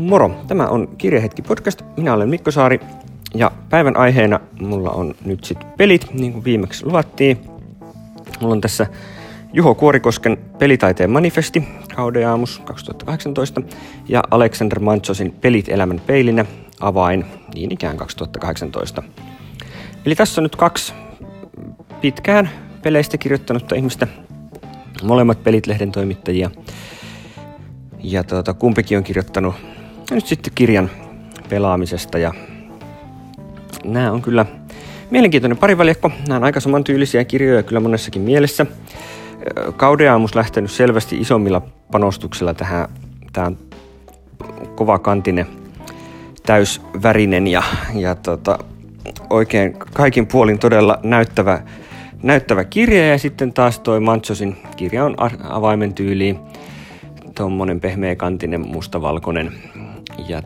Moro, tämä on Kirjahetki podcast. Minä olen Mikko Saari ja päivän aiheena mulla on nyt sitten pelit, niin kuin viimeksi luvattiin. Mulla on tässä Juho Kuorikosken Pelitaiteen manifesti, Gaudeamus 2018 ja Alexander Mantzosin Pelit elämän peilinä, avain, niin ikään 2018. Eli tässä on nyt kaksi pitkään peleistä kirjoittanutta ihmistä, molemmat Pelit-lehden toimittajia. Ja kumpikin on kirjoittanut nyt sitten kirjan pelaamisesta ja nämä on kyllä mielenkiintoinen parivaljakko. Nämä on aika samantyylisiä kirjoja kyllä monessakin mielessä. Gaudeamus lähtenyt selvästi isommilla panostuksilla tähän. Tämä on kovakantinen, täysvärinen ja oikein kaikin puolin todella näyttävä kirja. Ja sitten taas toi Mantzosin kirja on avaimen tyyliin. Tuommoinen pehmeäkantinen, mustavalkoinen ja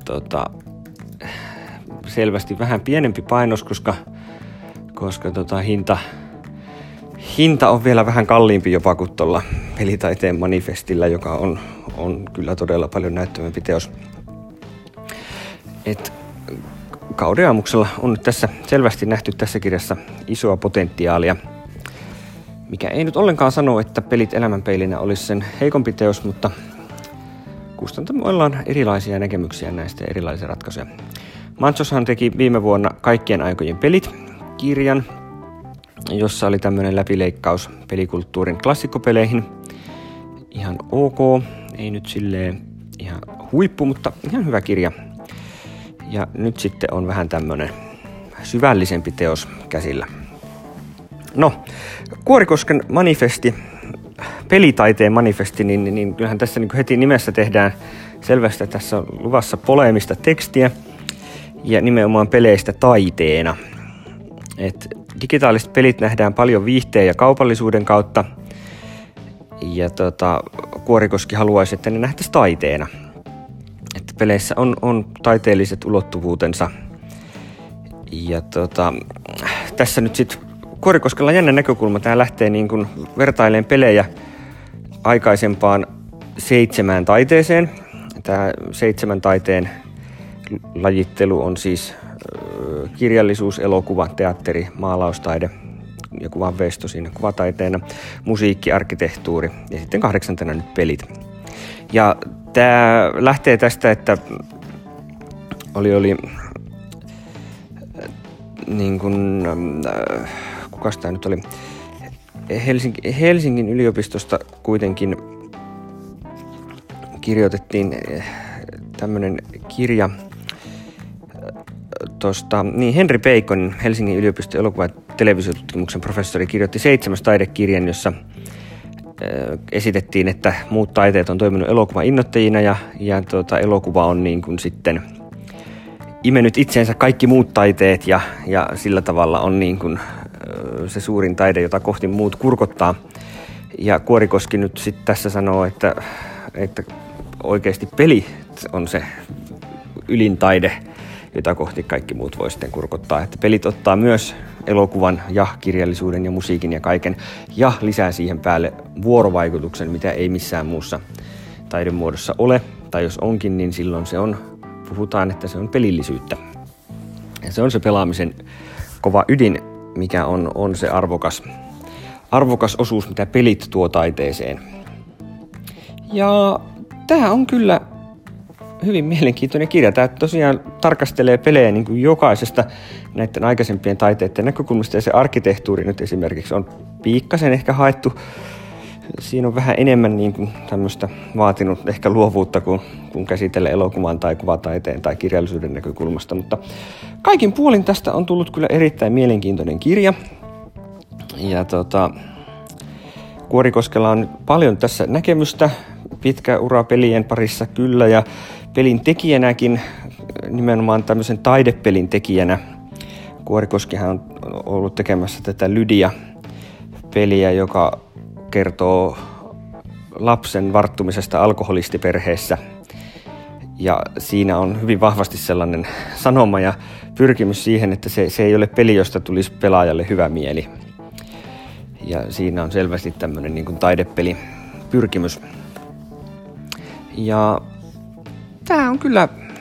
selvästi vähän pienempi painos, koska hinta on vielä vähän kalliimpi jopa kuin tuolla Pelitaiteen manifestilla, joka on kyllä todella paljon näyttävämpi teos. Gaudeamuksella on nyt tässä selvästi nähty tässä kirjassa isoa potentiaalia, mikä ei nyt ollenkaan sano, että Pelit elämänpeilinä olisi sen heikompi teos, mutta kustantamoilla on erilaisia näkemyksiä näistä ja erilaisia ratkaisuja. Mantzoshan teki viime vuonna Kaikkien aikojen pelit-kirjan, jossa oli tämmöinen läpileikkaus pelikulttuurin klassikkopeleihin. Ihan ok, ei nyt silleen ihan huippu, mutta ihan hyvä kirja. Ja nyt sitten on vähän tämmöinen syvällisempi teos käsillä. No, Kuorikosken manifesti, Pelitaiteen manifesti, niin kyllähän tässä niin heti nimessä tehdään selvästi, että tässä on luvassa poleemista tekstiä ja nimenomaan peleistä taiteena. Digitaaliset pelit nähdään paljon viihteen ja kaupallisuuden kautta ja Kuorikoski haluaisi, että ne nähtäisi taiteena. Että peleissä on taiteelliset ulottuvuutensa ja tässä nyt sitten Kuorikoskella jännä näkökulma. Tämä lähtee niin kuin vertailemaan pelejä aikaisempaan 7 taiteeseen. Tämä 7 taiteen lajittelu on siis kirjallisuus, elokuva, teatteri, maalaustaide ja kuvanveisto siinä kuvataiteena, musiikki, arkkitehtuuri ja sitten 8. nyt pelit. Ja tämä lähtee tästä, että oli niin kuin kukas tämä nyt oli? Helsingin yliopistosta kuitenkin kirjoitettiin tämmöinen kirja Henry Bacon, Helsingin yliopiston elokuva- ja televisiotutkimuksen professori, kirjoitti 7 taidekirjan, jossa esitettiin, että muut taiteet on toiminut elokuvan innoittajina ja elokuva on niin kuin sitten imennyt itseensä kaikki muut taiteet ja sillä tavalla on niin kuin se suurin taide, jota kohti muut kurkottaa. Ja Kuorikoski nyt sitten tässä sanoo, että oikeasti peli on se ylin taide, jota kohti kaikki muut voi sitten kurkottaa. Että pelit ottaa myös elokuvan ja kirjallisuuden ja musiikin ja kaiken ja lisää siihen päälle vuorovaikutuksen, mitä ei missään muussa taidemuodossa ole. Tai jos onkin, niin silloin puhutaan, että se on pelillisyyttä. Ja se on se pelaamisen kova ydin, mikä on se arvokas osuus, mitä pelit tuo taiteeseen. Ja tämä on kyllä hyvin mielenkiintoinen kirja. Tämä tosiaan tarkastelee pelejä niin kuin jokaisesta näiden aikaisempien taiteiden näkökulmasta. Ja se arkkitehtuuri nyt esimerkiksi on piikkasen ehkä haettu. Siinä on vähän enemmän niin kuin tämmöistä vaatinut ehkä luovuutta kuin käsitellä elokuvan tai kuvataiteen tai kirjallisuuden näkökulmasta. Mutta kaikin puolin tästä on tullut kyllä erittäin mielenkiintoinen kirja. Ja Kuorikoskella on paljon tässä näkemystä, pitkä ura pelien parissa kyllä ja pelin tekijänäkin, nimenomaan tämmöisen taidepelin tekijänä. Kuorikoskihan on ollut tekemässä tätä Lydia-peliä, joka kertoo lapsen varttumisesta alkoholistiperheessä. Ja siinä on hyvin vahvasti sellainen sanoma ja pyrkimys siihen, että se ei ole peli, josta tulisi pelaajalle hyvä mieli. Ja siinä on selvästi tämmöinen niin kuin taidepeli pyrkimys. Ja tämä on kyllä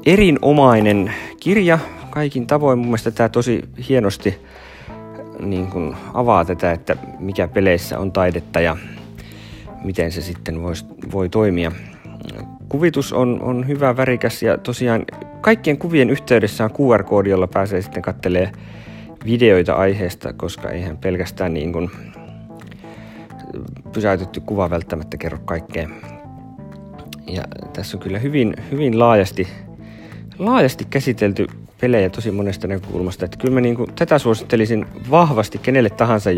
erinomainen kirja kaikin tavoin. Mun mielestä tämä tosi hienosti niin kuin avaa tätä, että mikä peleissä on taidetta ja miten se sitten voi toimia. Kuvitus on hyvä, värikäs ja tosiaan kaikkien kuvien yhteydessä on QR-koodi, jolla pääsee sitten katselemaan videoita aiheesta, koska eihän pelkästään niin kuin pysäytetty kuva välttämättä kerro kaikkea. Ja tässä on kyllä hyvin laajasti käsitelty pelejä tosi monesta näkökulmasta. Että kyllä mä niin kuin tätä suosittelisin vahvasti kenelle tahansa,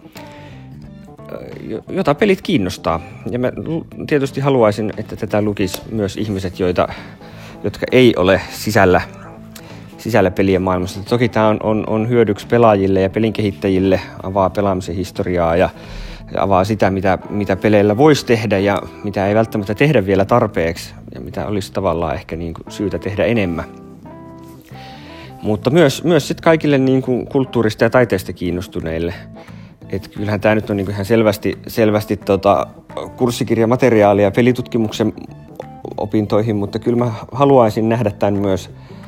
jota pelit kiinnostaa. Ja mä tietysti haluaisin, että tätä lukisi myös ihmiset, jotka ei ole sisällä pelien maailmassa. Toki tämä on hyödyksi pelaajille ja pelin kehittäjille, avaa pelaamisen historiaa ja avaa sitä, mitä peleillä voisi tehdä ja mitä ei välttämättä tehdä vielä tarpeeksi ja mitä olisi tavallaan ehkä niin kuin syytä tehdä enemmän. Mutta myös sit kaikille niin kuin kulttuurista ja taiteesta kiinnostuneille. Et kyllähän tämä nyt on niin kuin ihan selvästi kurssikirjamateriaalia pelitutkimuksen opintoihin, mutta kyllä mä haluaisin nähdä tämän myös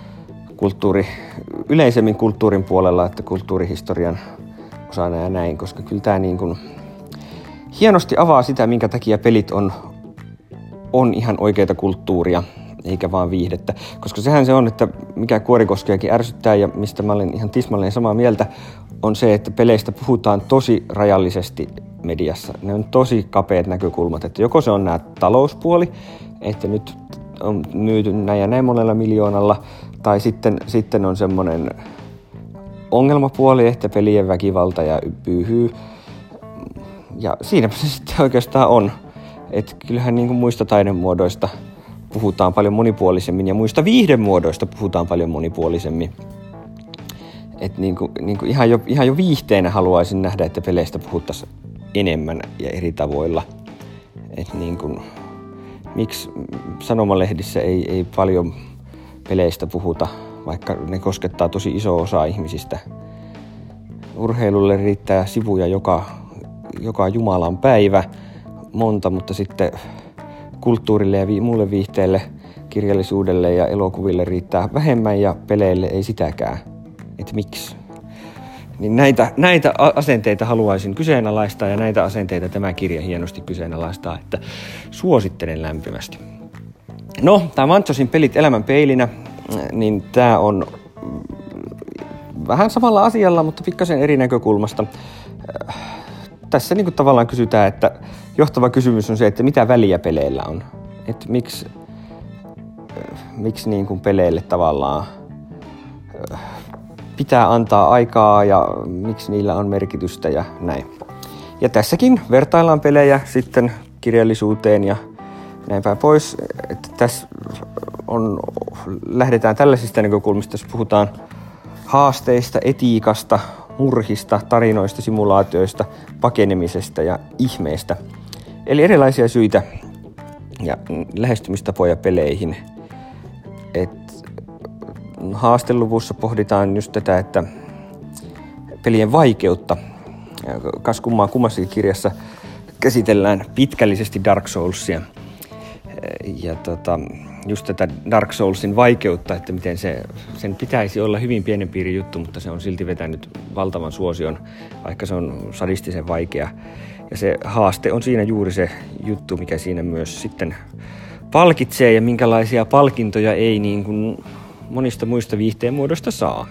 yleisemmin kulttuurin puolella, että kulttuurihistorian osana ja näin, koska kyllä tämä niin kuin hienosti avaa sitä, minkä takia pelit on ihan oikeita kulttuuria, eikä vaan viihdettä. Koska sehän se on, että mikä Kuorikoskeakin ärsyttää ja mistä mä olen ihan tismalleen samaa mieltä, on se, että peleistä puhutaan tosi rajallisesti mediassa. Ne on tosi kapeat näkökulmat, että joko se on nämä talouspuoli, että nyt on myyty näin ja näin monella miljoonalla, tai sitten on semmoinen ongelmapuoli, että pelien väkivalta ja pyyhyy. Ja siinäpä se sitten oikeastaan on. Että kyllähän niin kuin muista taidemuodoista puhutaan paljon monipuolisemmin ja muista viihdemuodoista puhutaan paljon monipuolisemmin. Että niin kuin ihan jo viihteenä haluaisin nähdä, että peleistä puhuttaisiin enemmän ja eri tavoilla. Että niin kuin, miksi sanomalehdissä ei paljon peleistä puhuta, vaikka ne koskettaa tosi iso osa ihmisistä. Urheilulle riittää sivuja joka Jumalan päivä monta, mutta sitten kulttuurille ja muulle viihteelle, kirjallisuudelle ja elokuville riittää vähemmän ja peleille ei sitäkään. Et miksi? Niin näitä asenteita haluaisin kyseenalaistaa ja näitä asenteita tämä kirja hienosti kyseenalaistaa, että suosittelen lämpimästi. No, tämä Mantzosin Pelit elämän peilinä, niin tämä on vähän samalla asialla, mutta pikkasen eri näkökulmasta. Tässä niin kuin tavallaan kysytään, että johtava kysymys on se, että mitä väliä peleillä on. Että miksi niin kuin peleille tavallaan pitää antaa aikaa ja miksi niillä on merkitystä ja näin. Ja tässäkin vertaillaan pelejä sitten kirjallisuuteen ja näin päin pois. Että tässä lähdetään tällaisista näkökulmista, jos puhutaan haasteista, etiikasta, murhista, tarinoista, simulaatioista, pakenemisesta ja ihmeestä. Eli erilaisia syitä ja lähestymistapoja peleihin. Haasteluvussa pohditaan just tätä, että pelien vaikeutta. Kas kummassakin kirjassa käsitellään pitkällisesti Dark Soulsia. Ja just tätä Dark Soulsin vaikeutta, että miten sen pitäisi olla hyvin pienen piirin juttu, mutta se on silti vetänyt valtavan suosion, vaikka se on sadistisen vaikea. Ja se haaste on siinä juuri se juttu, mikä siinä myös sitten palkitsee ja minkälaisia palkintoja ei niin kuin monista muista viihteen muodoista saa.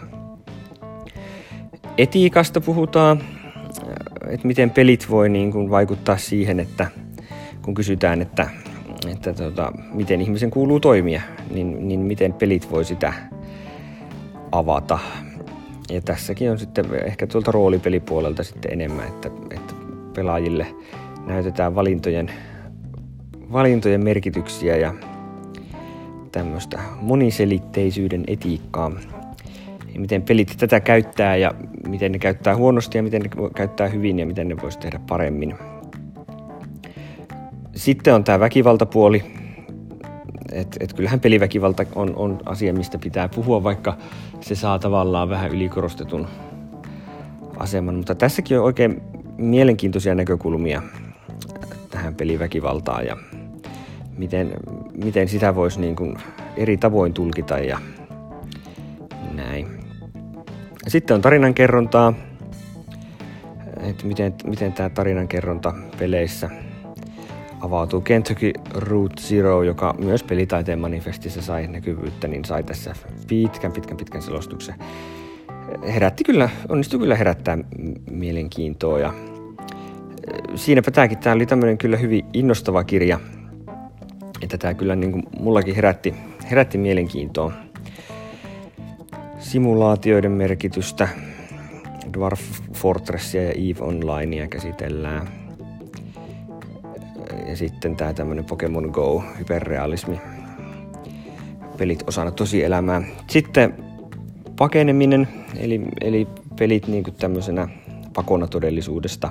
Etiikasta puhutaan, että miten pelit voi niin kuin vaikuttaa siihen, että kun kysytään, että miten ihmisen kuuluu toimia, niin miten pelit voi sitä avata. Ja tässäkin on sitten ehkä tuolta roolipelipuolelta sitten enemmän, että pelaajille näytetään valintojen merkityksiä ja tämmöistä moniselitteisyyden etiikkaa. Ja miten pelit tätä käyttää ja miten ne käyttää huonosti ja miten ne käyttää hyvin ja miten ne voisi tehdä paremmin. Sitten on tämä väkivaltapuoli. Et kyllähän peliväkivalta on asia, mistä pitää puhua, vaikka se saa tavallaan vähän ylikorostetun aseman. Mutta tässäkin on oikein mielenkiintoisia näkökulmia tähän peliväkivaltaan ja miten sitä voisi niin kuin eri tavoin tulkita ja näin. Sitten on tarinankerrontaa, että miten tämä tarinankerronta peleissä avautuu. Kentucky Route Zero, joka myös pelitaiteen manifestissa sai näkyvyyttä, niin sai tässä pitkän selostuksen. Onnistui kyllä herättää mielenkiintoa. Ja siinäpä tämä oli tämmöinen kyllä hyvin innostava kirja, että tämä kyllä niin kuin mullakin herätti mielenkiintoa. Simulaatioiden merkitystä, Dwarf Fortressia ja EVE Onlinea käsitellään. Ja sitten tämä tämmöinen Pokemon Go, hyperrealismi, pelit osana tosielämää. Sitten pakeneminen, eli pelit niin kuin tämmöisenä pakona todellisuudesta.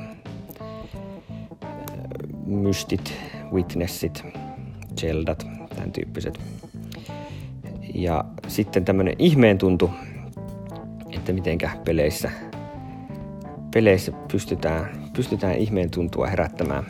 Mystit, Witnessit, Zeldat, tämän tyyppiset. Ja sitten tämmöinen ihmeen tuntu, että mitenkä peleissä pystytään ihmeen tuntua herättämään.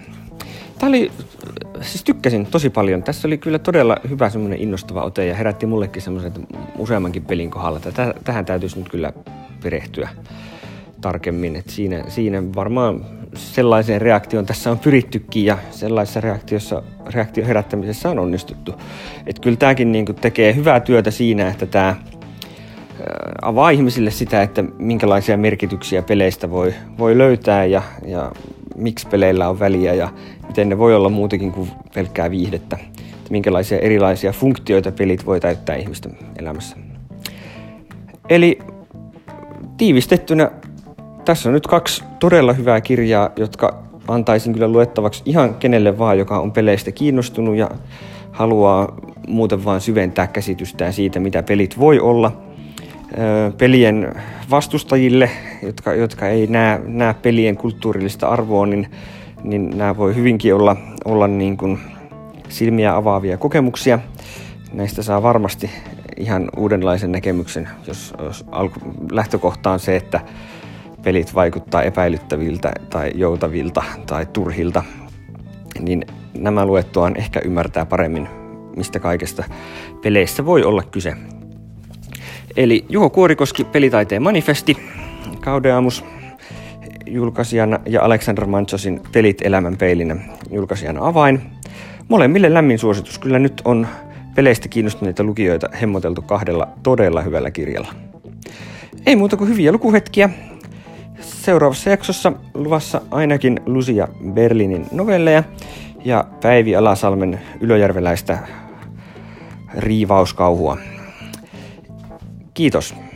Tykkäsin tosi paljon. Tässä oli kyllä todella hyvä semmoinen innostava ote ja herätti mullekin semmoisen useammankin pelin kohdalla. Tähän täytyisi nyt kyllä perehtyä tarkemmin. Et siinä varmaan sellaiseen reaktioon tässä on pyrittykin ja sellaisessa reaktion herättämisessä on onnistuttu. Et kyllä tämäkin niinku tekee hyvää työtä siinä, että tämä avaa ihmisille sitä, että minkälaisia merkityksiä peleistä voi löytää ja miksi peleillä on väliä ja miten ne voi olla muutakin kuin pelkkää viihdettä. Että minkälaisia erilaisia funktioita pelit voi täyttää ihmisten elämässä. Eli tiivistettynä tässä on nyt 2 todella hyvää kirjaa, jotka antaisin kyllä luettavaksi ihan kenelle vaan, joka on peleistä kiinnostunut ja haluaa muuten vaan syventää käsitystään siitä, mitä pelit voi olla. Pelien vastustajille, jotka ei näe pelien kulttuurillista arvoa, niin nämä voi hyvinkin olla niin kuin silmiä avaavia kokemuksia. Näistä saa varmasti ihan uudenlaisen näkemyksen, jos lähtökohta on se, että pelit vaikuttaa epäilyttäviltä tai joutavilta tai turhilta, niin nämä luettuaan ehkä ymmärtää paremmin, mistä kaikesta peleissä voi olla kyse. Eli Juho Kuorikoski, Pelitaiteen manifesti, Gaudeamus julkaisijana ja Aleksandr Mantzosin Pelit elämän peilinä julkaisijana Avain. Molemmille lämmin suositus. Kyllä nyt on peleistä kiinnostuneita lukijoita hemmoteltu 2 todella hyvällä kirjalla. Ei muuta kuin hyviä lukuhetkiä. Seuraavassa jaksossa luvassa ainakin Lucia Berlinin novelleja ja Päivi Alasalmen ylöjärveläistä riivauskauhua. Kiitos.